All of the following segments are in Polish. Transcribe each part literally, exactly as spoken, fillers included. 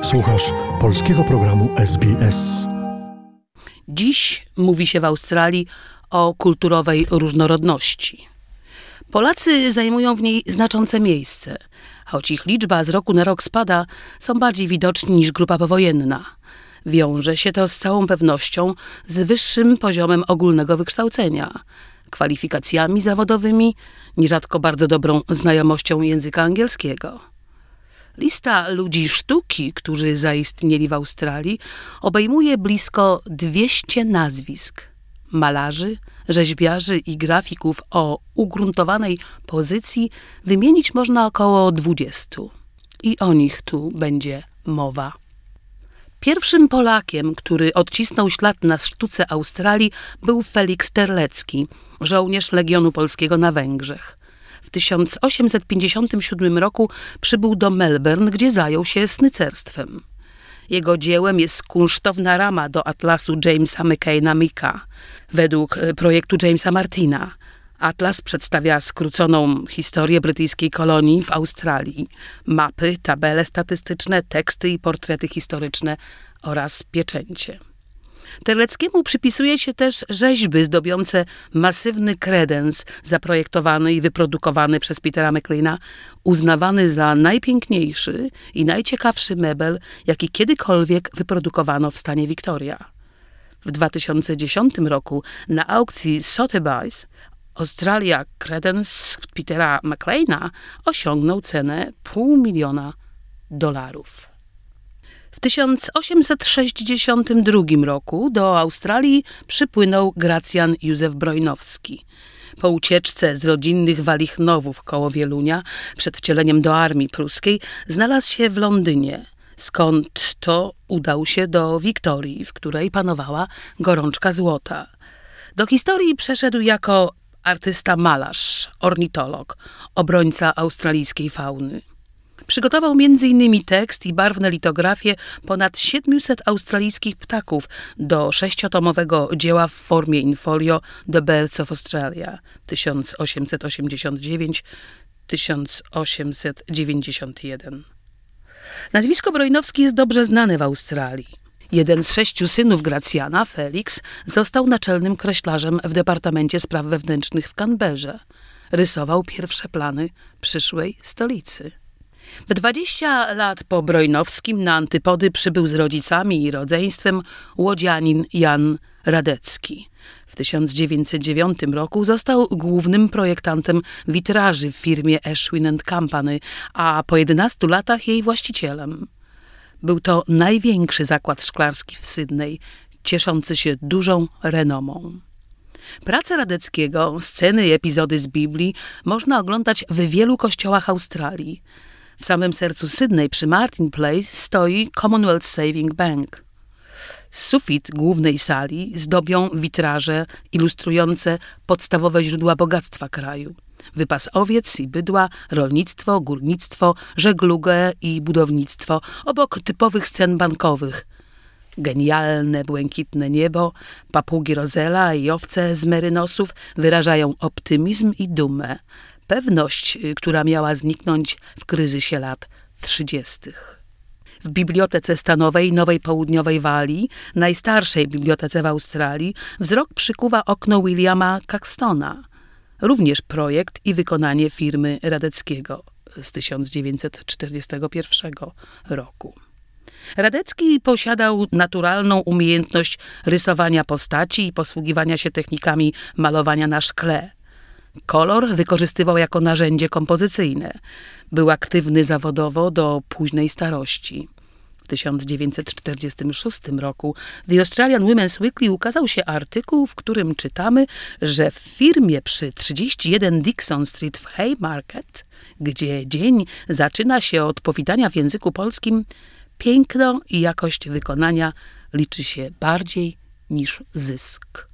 Słuchasz polskiego programu S B S. Dziś mówi się w Australii o kulturowej różnorodności. Polacy zajmują w niej znaczące miejsce. Choć ich liczba z roku na rok spada, są bardziej widoczni niż grupa powojenna. Wiąże się to z całą pewnością z wyższym poziomem ogólnego wykształcenia, kwalifikacjami zawodowymi, nierzadko bardzo dobrą znajomością języka angielskiego. Lista ludzi sztuki, którzy zaistnieli w Australii, obejmuje blisko dwieście nazwisk. Malarzy, rzeźbiarzy i grafików o ugruntowanej pozycji wymienić można około dwudziestu. I o nich tu będzie mowa. Pierwszym Polakiem, który odcisnął ślad na sztuce Australii, był Felix Terlecki, żołnierz Legionu Polskiego na Węgrzech. W tysiąc osiemset pięćdziesiątym siódmym roku przybył do Melbourne, gdzie zajął się snycerstwem. Jego dziełem jest kunsztowna rama do atlasu Jamesa McCaina Mika, według projektu Jamesa Martina. Atlas przedstawia skróconą historię brytyjskiej kolonii w Australii. Mapy, tabele statystyczne, teksty i portrety historyczne oraz pieczęcie. Terleckiemu przypisuje się też rzeźby zdobiące masywny kredens zaprojektowany i wyprodukowany przez Petera McLeana, uznawany za najpiękniejszy i najciekawszy mebel, jaki kiedykolwiek wyprodukowano w stanie Victoria. W dwa tysiące dziesiątym roku na aukcji Sotheby's Australia Credence Petera McLeana osiągnął cenę pół miliona dolarów. W tysiąc osiemset sześćdziesiątym drugim roku do Australii przypłynął Gracjan Józef Brojnowski. Po ucieczce z rodzinnych Walichnowów koło Wielunia przed wcieleniem do armii pruskiej znalazł się w Londynie, skąd to udał się do Wiktorii, w której panowała gorączka złota. Do historii przeszedł jako artysta-malarz, ornitolog, obrońca australijskiej fauny. Przygotował między innymi tekst i barwne litografie ponad siedmiuset australijskich ptaków do sześciotomowego dzieła w formie infolio The Birds of Australia tysiąc osiemset osiemdziesiąt dziewięć do tysiąc osiemset dziewięćdziesiąt jeden. Nazwisko Brojnowski jest dobrze znane w Australii. Jeden z sześciu synów Gracjana, Felix, został naczelnym kreślarzem w Departamencie Spraw Wewnętrznych w Canberrze. Rysował pierwsze plany przyszłej stolicy. W dwadzieścia lat po Brojnowskim na antypody przybył z rodzicami i rodzeństwem łodzianin Jan Radecki. W tysiąc dziewięćset dziewiątym roku został głównym projektantem witraży w firmie Ashwin and Company, a po jedenastu latach jej właścicielem. Był to największy zakład szklarski w Sydney, cieszący się dużą renomą. Pracę Radeckiego, sceny i epizody z Biblii można oglądać w wielu kościołach Australii. W samym sercu Sydney przy Martin Place stoi Commonwealth Savings Bank. Sufit głównej sali zdobią witraże ilustrujące podstawowe źródła bogactwa kraju. Wypas owiec i bydła, rolnictwo, górnictwo, żeglugę i budownictwo, obok typowych scen bankowych. Genialne, błękitne niebo, papugi Rozela i owce z merynosów wyrażają optymizm i dumę. Pewność, która miała zniknąć w kryzysie lat trzydziestych. W Bibliotece Stanowej Nowej Południowej Walii, najstarszej bibliotece w Australii, wzrok przykuwa okno Williama Caxtona. Również projekt i wykonanie firmy Radeckiego z tysiąc dziewięćset czterdziestego pierwszego roku. Radecki posiadał naturalną umiejętność rysowania postaci i posługiwania się technikami malowania na szkle. Kolor wykorzystywał jako narzędzie kompozycyjne. Był aktywny zawodowo do późnej starości. W tysiąc dziewięćset czterdziestym szóstym roku w The Australian Women's Weekly ukazał się artykuł, w którym czytamy, że w firmie przy trzydzieści jeden Dixon Street w Haymarket, gdzie dzień zaczyna się od powitania w języku polskim, piękno i jakość wykonania liczy się bardziej niż zysk.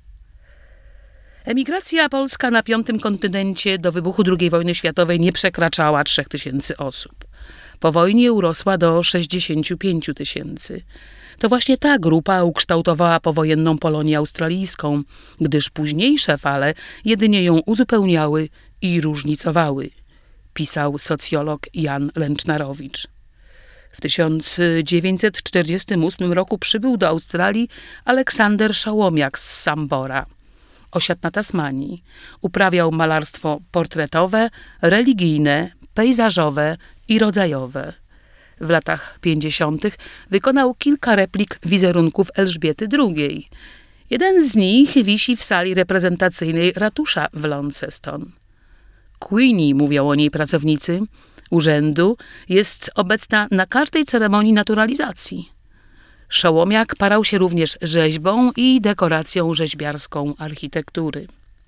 Emigracja polska na piątym kontynencie do wybuchu drugiej wojny światowej nie przekraczała trzech tysięcy osób. Po wojnie urosła do sześćdziesięciu pięciu tysięcy. To właśnie ta grupa ukształtowała powojenną Polonię australijską, gdyż późniejsze fale jedynie ją uzupełniały i różnicowały, pisał socjolog Jan Lęcznarowicz. W tysiąc dziewięćset czterdziestym ósmym roku przybył do Australii Aleksander Szałomiak z Sambora. Osiadł na Tasmanii. Uprawiał malarstwo portretowe, religijne, pejzażowe i rodzajowe. W latach pięćdziesiątych wykonał kilka replik wizerunków Elżbiety drugiej. Jeden z nich wisi w sali reprezentacyjnej ratusza w Launceston. Queenie, mówią o niej pracownicy urzędu, jest obecna na każdej ceremonii naturalizacji. Szałomiak parał się również rzeźbą i dekoracją rzeźbiarską architektury.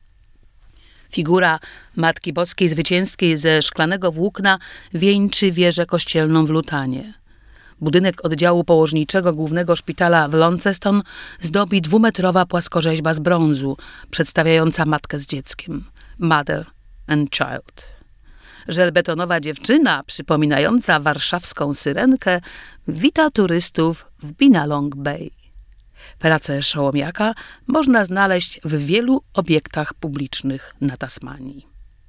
Figura Matki Boskiej Zwycięskiej ze szklanego włókna wieńczy wieżę kościelną w Lutanie. Budynek oddziału położniczego Głównego Szpitala w Launceston zdobi dwumetrowa płaskorzeźba z brązu, przedstawiająca matkę z dzieckiem. Mother and Child. Żelbetonowa dziewczyna, przypominająca warszawską syrenkę, wita turystów w Binalong Bay. Pracę Szałomiaka można znaleźć w wielu obiektach publicznych na Tasmanii.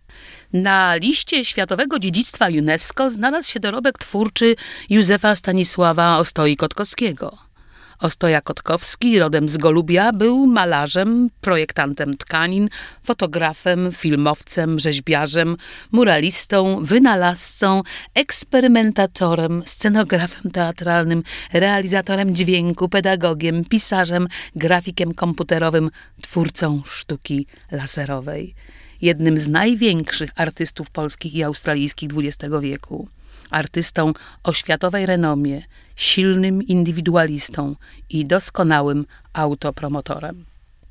Na liście Światowego Dziedzictwa UNESCO znalazł się dorobek twórczy Józefa Stanisława Ostoi-Kotkowskiego. Ostoja Kotkowski, rodem z Golubia, był malarzem, projektantem tkanin, fotografem, filmowcem, rzeźbiarzem, muralistą, wynalazcą, eksperymentatorem, scenografem teatralnym, realizatorem dźwięku, pedagogiem, pisarzem, grafikiem komputerowym, twórcą sztuki laserowej. Jednym z największych artystów polskich i australijskich dwudziestego wieku. Artystą o światowej renomie, silnym indywidualistą i doskonałym autopromotorem.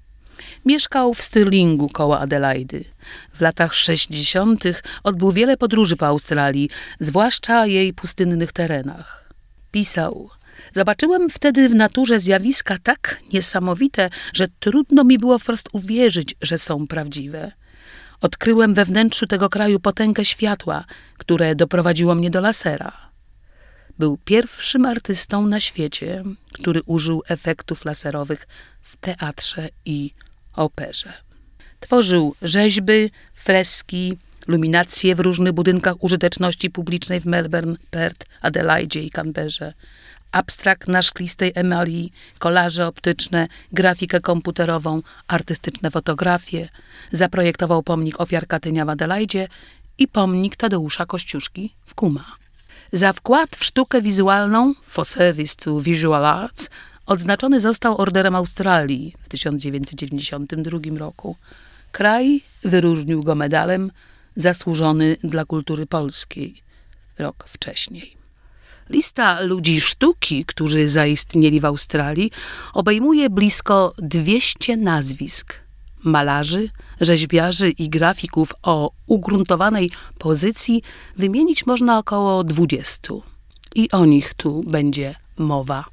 Mieszkał w Stirlingu koło Adelaidy. W latach sześćdziesiątych odbył wiele podróży po Australii, zwłaszcza jej pustynnych terenach. Pisał: zobaczyłem wtedy w naturze zjawiska tak niesamowite, że trudno mi było wprost uwierzyć, że są prawdziwe. Odkryłem we wnętrzu tego kraju potęgę światła, które doprowadziło mnie do lasera. Był pierwszym artystą na świecie, który użył efektów laserowych w teatrze i operze. Tworzył rzeźby, freski, luminacje w różnych budynkach użyteczności publicznej w Melbourne, Perth, Adelaidzie i Canberrze, abstrakt na szklistej emalii, kolaże optyczne, grafikę komputerową, artystyczne fotografie. Zaprojektował pomnik ofiar Katynia w Adelaidzie i pomnik Tadeusza Kościuszki w Kuma. Za wkład w sztukę wizualną, for service to visual arts, odznaczony został Orderem Australii w tysiąc dziewięćset dziewięćdziesiątym drugim roku. Kraj wyróżnił go medalem Zasłużony dla kultury polskiej rok wcześniej. Lista ludzi sztuki, którzy zaistnieli w Australii, obejmuje blisko dwieście nazwisk. Malarzy, rzeźbiarzy i grafików o ugruntowanej pozycji wymienić można około dwudziestu. I o nich tu będzie mowa.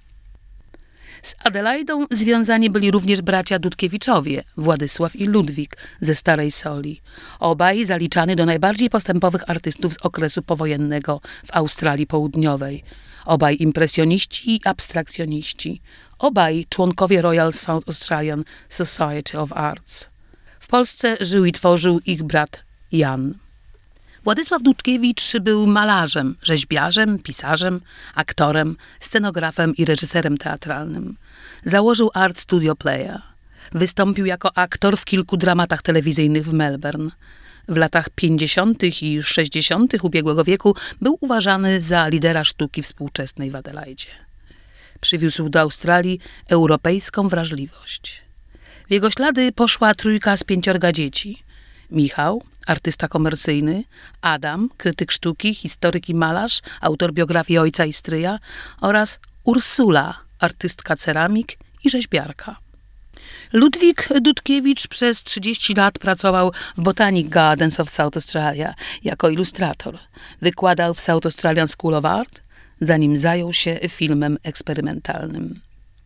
Z Adelaidą związani byli również bracia Dudkiewiczowie, Władysław i Ludwik ze Starej Soli. Obaj zaliczany do najbardziej postępowych artystów z okresu powojennego w Australii Południowej. Obaj impresjoniści i abstrakcjoniści. Obaj członkowie Royal South Australian Society of Arts. W Polsce żył i tworzył ich brat Jan. Władysław Dudkiewicz był malarzem, rzeźbiarzem, pisarzem, aktorem, scenografem i reżyserem teatralnym. Założył Art Studio Playa. Wystąpił jako aktor w kilku dramatach telewizyjnych w Melbourne. W latach pięćdziesiątych i sześćdziesiątych ubiegłego wieku był uważany za lidera sztuki współczesnej w Adelaidzie. Przywiózł do Australii europejską wrażliwość. W jego ślady poszła trójka z pięciorga dzieci. Michał, artysta komercyjny, Adam, krytyk sztuki, historyk i malarz, autor biografii ojca i stryja oraz Ursula, artystka ceramik i rzeźbiarka. Ludwik Dudkiewicz przez trzydzieści lat pracował w Botanic Gardens of South Australia jako ilustrator. Wykładał w South Australian School of Art, zanim zajął się filmem eksperymentalnym.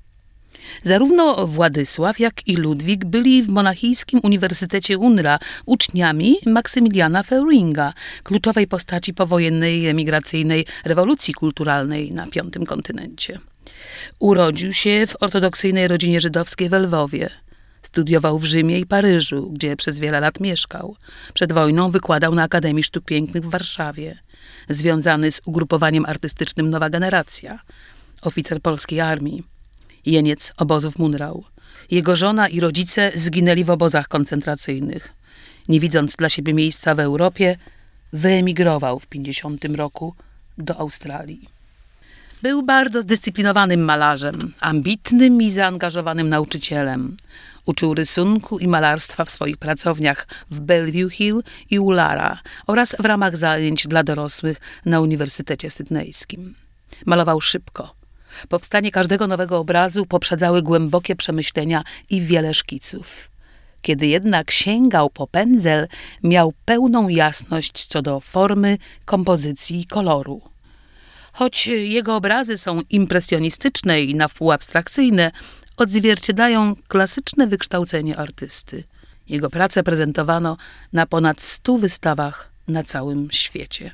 Zarówno Władysław, jak i Ludwik byli w monachijskim Uniwersytecie UNRA uczniami Maksymiliana Feuringa, kluczowej postaci powojennej emigracyjnej rewolucji kulturalnej na piątym kontynencie. Urodził się w ortodoksyjnej rodzinie żydowskiej w Lwowie. Z Studiował w Rzymie i Paryżu, gdzie przez wiele lat mieszkał. Przed wojną wykładał na Akademii Sztuk Pięknych w Warszawie. Związany z ugrupowaniem artystycznym Nowa Generacja. Oficer polskiej armii. Jeniec obozów Munrau. Jego żona i rodzice zginęli w obozach koncentracyjnych. Nie widząc dla siebie miejsca w Europie, wyemigrował w pięćdziesiątym roku do Australii. Był bardzo zdyscyplinowanym malarzem, ambitnym i zaangażowanym nauczycielem. Uczył rysunku i malarstwa w swoich pracowniach w Bellevue Hill i Ulara oraz w ramach zajęć dla dorosłych na Uniwersytecie Sydnejskim. Malował szybko. Powstanie każdego nowego obrazu poprzedzały głębokie przemyślenia i wiele szkiców. Kiedy jednak sięgał po pędzel, miał pełną jasność co do formy, kompozycji i koloru. Choć jego obrazy są impresjonistyczne i na wpół abstrakcyjne, odzwierciedlają klasyczne wykształcenie artysty. Jego prace prezentowano na ponad stu wystawach na całym świecie.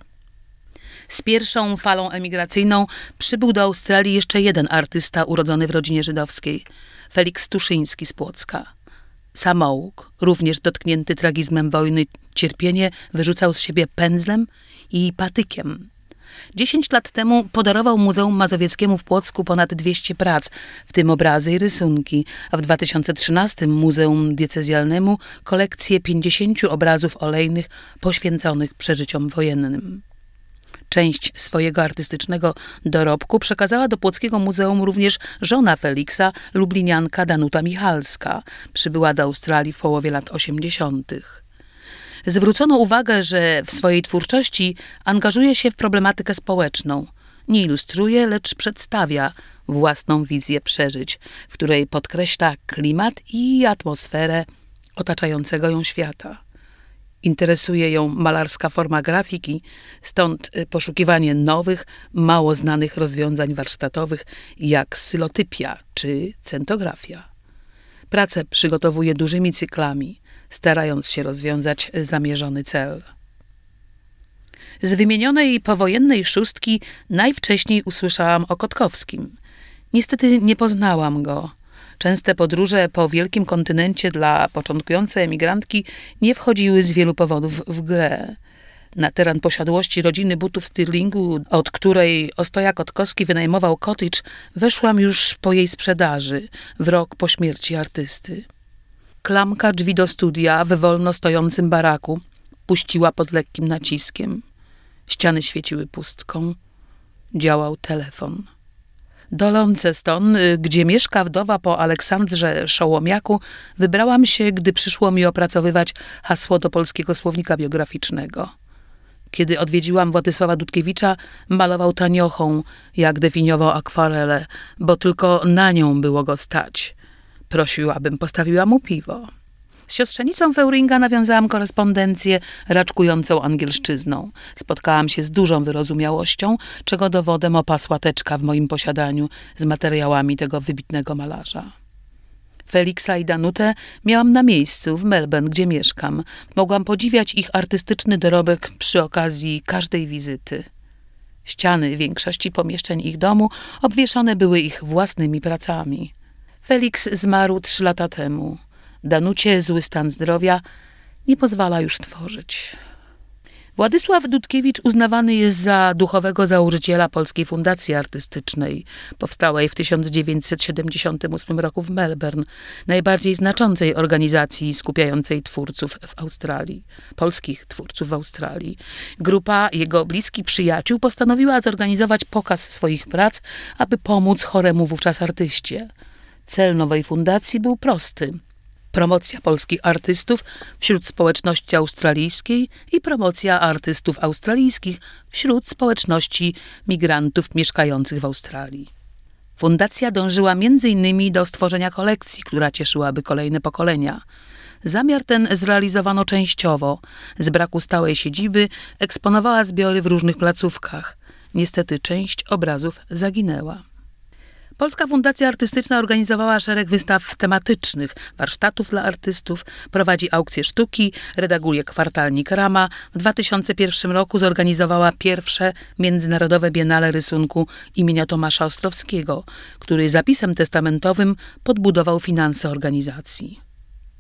Z pierwszą falą emigracyjną przybył do Australii jeszcze jeden artysta urodzony w rodzinie żydowskiej, Feliks Tuszyński z Płocka. Samouk, również dotknięty tragizmem wojny, cierpienie wyrzucał z siebie pędzlem i patykiem. Dziesięć lat temu podarował Muzeum Mazowieckiemu w Płocku ponad dwieście prac, w tym obrazy i rysunki, a w dwa tysiące trzynastym Muzeum Diecezjalnemu kolekcję pięćdziesięciu obrazów olejnych poświęconych przeżyciom wojennym. Część swojego artystycznego dorobku przekazała do Płockiego Muzeum również żona Feliksa, lublinianka Danuta Michalska. Przybyła do Australii w połowie lat osiemdziesiątych. Zwrócono uwagę, że w swojej twórczości angażuje się w problematykę społeczną. Nie ilustruje, lecz przedstawia własną wizję przeżyć, w której podkreśla klimat i atmosferę otaczającego ją świata. Interesuje ją malarska forma grafiki, stąd poszukiwanie nowych, mało znanych rozwiązań warsztatowych jak sylotypia czy centografia. Pracę przygotowuje dużymi cyklami, starając się rozwiązać zamierzony cel. Z wymienionej powojennej szóstki najwcześniej usłyszałam o Kotkowskim. Niestety nie poznałam go. Częste podróże po wielkim kontynencie dla początkującej emigrantki nie wchodziły z wielu powodów w grę. Na teren posiadłości rodziny butów w Stirlingu, od której Ostoja Kotkowski wynajmował cottage, weszłam już po jej sprzedaży, w rok po śmierci artysty. Klamka drzwi do studia w wolno stojącym baraku puściła pod lekkim naciskiem. Ściany świeciły pustką. Działał telefon. Do Launceston, gdzie mieszka wdowa po Aleksandrze Szołomiaku, wybrałam się, gdy przyszło mi opracowywać hasło do polskiego słownika biograficznego. Kiedy odwiedziłam Władysława Dudkiewicza, malował taniochą, jak definiował akwarelę, bo tylko na nią było go stać. Prosił, abym postawiła mu piwo. Z siostrzenicą Feuringa nawiązałam korespondencję raczkującą angielszczyzną. Spotkałam się z dużą wyrozumiałością, czego dowodem opasła teczka w moim posiadaniu z materiałami tego wybitnego malarza. Feliksa i Danutę miałam na miejscu w Melbourne, gdzie mieszkam. Mogłam podziwiać ich artystyczny dorobek przy okazji każdej wizyty. Ściany większości pomieszczeń ich domu obwieszone były ich własnymi pracami. Feliks zmarł trzy lata temu. Danucie zły stan zdrowia nie pozwala już tworzyć. Władysław Dudkiewicz uznawany jest za duchowego założyciela Polskiej Fundacji Artystycznej, powstałej w tysiąc dziewięćset siedemdziesiątym ósmym roku w Melbourne, najbardziej znaczącej organizacji skupiającej twórców w Australii, polskich twórców w Australii. Grupa jego bliskich przyjaciół postanowiła zorganizować pokaz swoich prac, aby pomóc choremu wówczas artyście. Cel nowej fundacji był prosty. Promocja polskich artystów wśród społeczności australijskiej i promocja artystów australijskich wśród społeczności migrantów mieszkających w Australii. Fundacja dążyła między innymi do stworzenia kolekcji, która cieszyłaby kolejne pokolenia. Zamiar ten zrealizowano częściowo. Z braku stałej siedziby eksponowała zbiory w różnych placówkach. Niestety część obrazów zaginęła. Polska Fundacja Artystyczna organizowała szereg wystaw tematycznych, warsztatów dla artystów, prowadzi aukcje sztuki, redaguje kwartalnik Rama. W dwa tysiące pierwszym roku zorganizowała pierwsze Międzynarodowe Biennale Rysunku imienia Tomasza Ostrowskiego, który zapisem testamentowym podbudował finanse organizacji.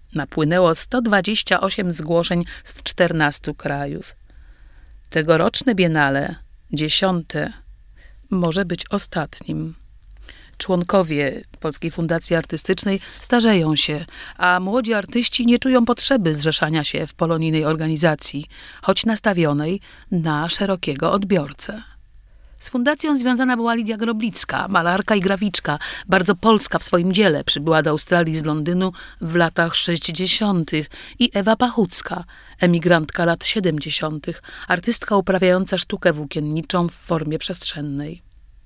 Napłynęło sto dwadzieścia osiem zgłoszeń z czternastu krajów. Tegoroczne biennale, dziesiąte, może być ostatnim. Członkowie Polskiej Fundacji Artystycznej starzeją się, a młodzi artyści nie czują potrzeby zrzeszania się w polonijnej organizacji, choć nastawionej na szerokiego odbiorcę. Z fundacją związana była Lidia Groblicka, malarka i graficzka, bardzo polska w swoim dziele, przybyła do Australii z Londynu w latach sześćdziesiątych i Ewa Pachucka, emigrantka lat siedemdziesiątych, artystka uprawiająca sztukę włókienniczą w formie przestrzennej.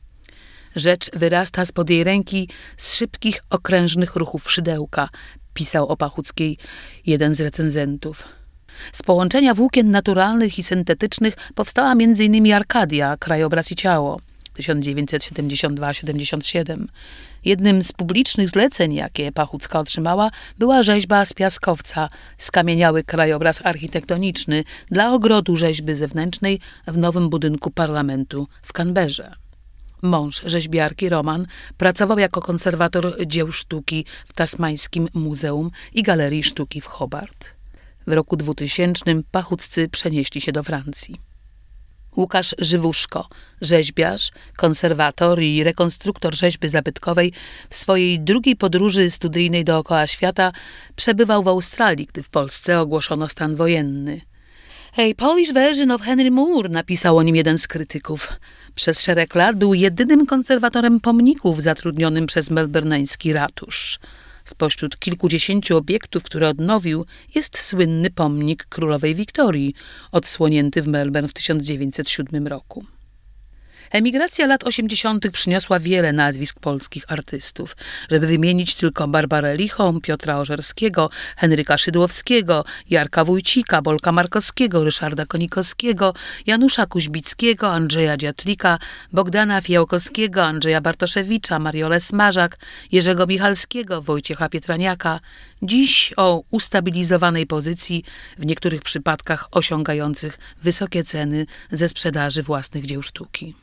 Rzecz wyrasta spod jej ręki z szybkich, okrężnych ruchów szydełka, pisał o Pachuckiej jeden z recenzentów. Z połączenia włókien naturalnych i syntetycznych powstała między innymi Arkadia, krajobraz i ciało, tysiąc dziewięćset siedemdziesiąt dwa siedemdziesiąt siedem. Jednym z publicznych zleceń, jakie Pachucka otrzymała, była rzeźba z piaskowca, skamieniały krajobraz architektoniczny dla ogrodu rzeźby zewnętrznej w nowym budynku parlamentu w Canberrze. Mąż rzeźbiarki, Roman, pracował jako konserwator dzieł sztuki w Tasmańskim Muzeum i Galerii Sztuki w Hobart. W roku dwutysięcznym Pachuccy przenieśli się do Francji. Łukasz Żywuszko, rzeźbiarz, konserwator i rekonstruktor rzeźby zabytkowej, w swojej drugiej podróży studyjnej dookoła świata przebywał w Australii, gdy w Polsce ogłoszono stan wojenny. A Polish version of Henry Moore, napisał o nim jeden z krytyków. Przez szereg lat był jedynym konserwatorem pomników zatrudnionym przez melbourneński ratusz. Spośród kilkudziesięciu obiektów, które odnowił, jest słynny pomnik królowej Wiktorii, odsłonięty w Melbourne w tysiąc dziewięćset siódmym roku. Emigracja lat osiemdziesiątych przyniosła wiele nazwisk polskich artystów. Żeby wymienić tylko Barbarę Lichą, Piotra Ożerskiego, Henryka Szydłowskiego, Jarka Wójcika, Bolka Markowskiego, Ryszarda Konikowskiego, Janusza Kuźbickiego, Andrzeja Dziatlika, Bogdana Fijałkowskiego, Andrzeja Bartoszewicza, Mariolę Smarzak, Jerzego Michalskiego, Wojciecha Pietraniaka. Dziś o ustabilizowanej pozycji, w niektórych przypadkach osiągających wysokie ceny ze sprzedaży własnych dzieł sztuki.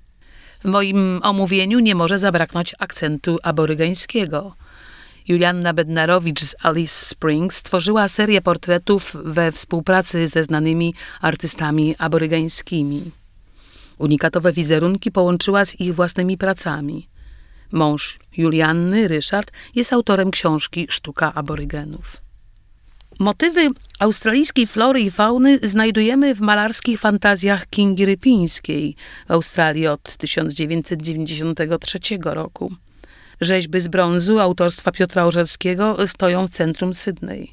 W moim omówieniu nie może zabraknąć akcentu aborygeńskiego. Julianna Bednarowicz z Alice Springs stworzyła serię portretów we współpracy ze znanymi artystami aborygeńskimi. Unikatowe wizerunki połączyła z ich własnymi pracami. Mąż Julianny, Ryszard, jest autorem książki Sztuka aborygenów. Motywy australijskiej flory i fauny znajdujemy w malarskich fantazjach Kingi Rypińskiej w Australii od tysiąc dziewięćset dziewięćdziesiątego trzeciego roku. Rzeźby z brązu autorstwa Piotra Ożerskiego stoją w centrum Sydney.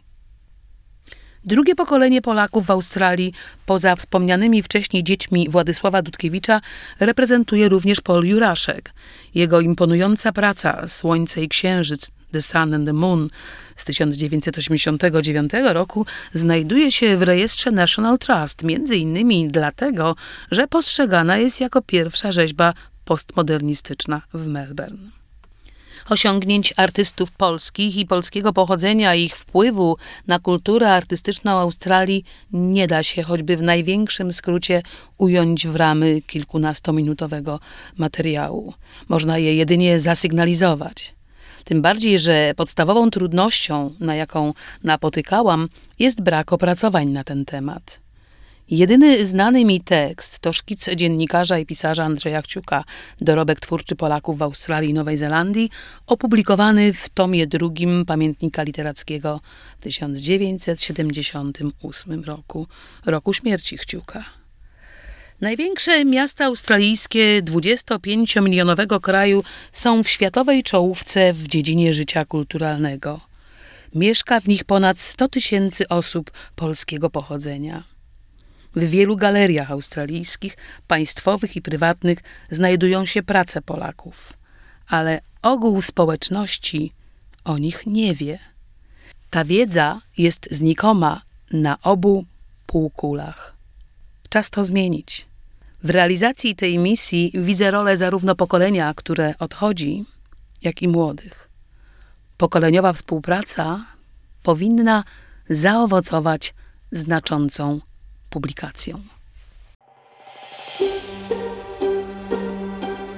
Drugie pokolenie Polaków w Australii, poza wspomnianymi wcześniej dziećmi Władysława Dudkiewicza, reprezentuje również Paul Juraszek. Jego imponująca praca Słońce i Księżyc, The Sun and the Moon z tysiąc dziewięćset osiemdziesiątego dziewiątego roku znajduje się w rejestrze National Trust, między innymi dlatego, że postrzegana jest jako pierwsza rzeźba postmodernistyczna w Melbourne. Osiągnięć artystów polskich i polskiego pochodzenia i ich wpływu na kulturę artystyczną Australii nie da się choćby w największym skrócie ująć w ramy kilkunastominutowego materiału. Można je jedynie zasygnalizować. Tym bardziej, że podstawową trudnością, na jaką napotykałam, jest brak opracowań na ten temat. Jedyny znany mi tekst to szkic dziennikarza i pisarza Andrzeja Kciuka, dorobek twórczy Polaków w Australii i Nowej Zelandii, opublikowany w tomie drugim Pamiętnika Literackiego w tysiąc dziewięćset siedemdziesiątym ósmym roku, roku śmierci Kciuka. Największe miasta australijskie dwudziestopięciomilionowego kraju są w światowej czołówce w dziedzinie życia kulturalnego. Mieszka w nich ponad sto tysięcy osób polskiego pochodzenia. W wielu galeriach australijskich, państwowych i prywatnych znajdują się prace Polaków, ale ogół społeczności o nich nie wie. Ta wiedza jest znikoma na obu półkulach. Czas to zmienić. W realizacji tej misji widzę rolę zarówno pokolenia, które odchodzi, jak i młodych. Pokoleniowa współpraca powinna zaowocować znaczącą publikacją.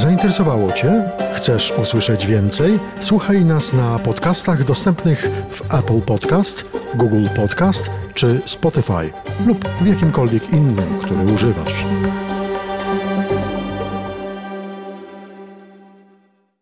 Zainteresowało Cię? Chcesz usłyszeć więcej? Słuchaj nas na podcastach dostępnych w Apple Podcast, Google Podcast czy Spotify lub w jakimkolwiek innym, który używasz.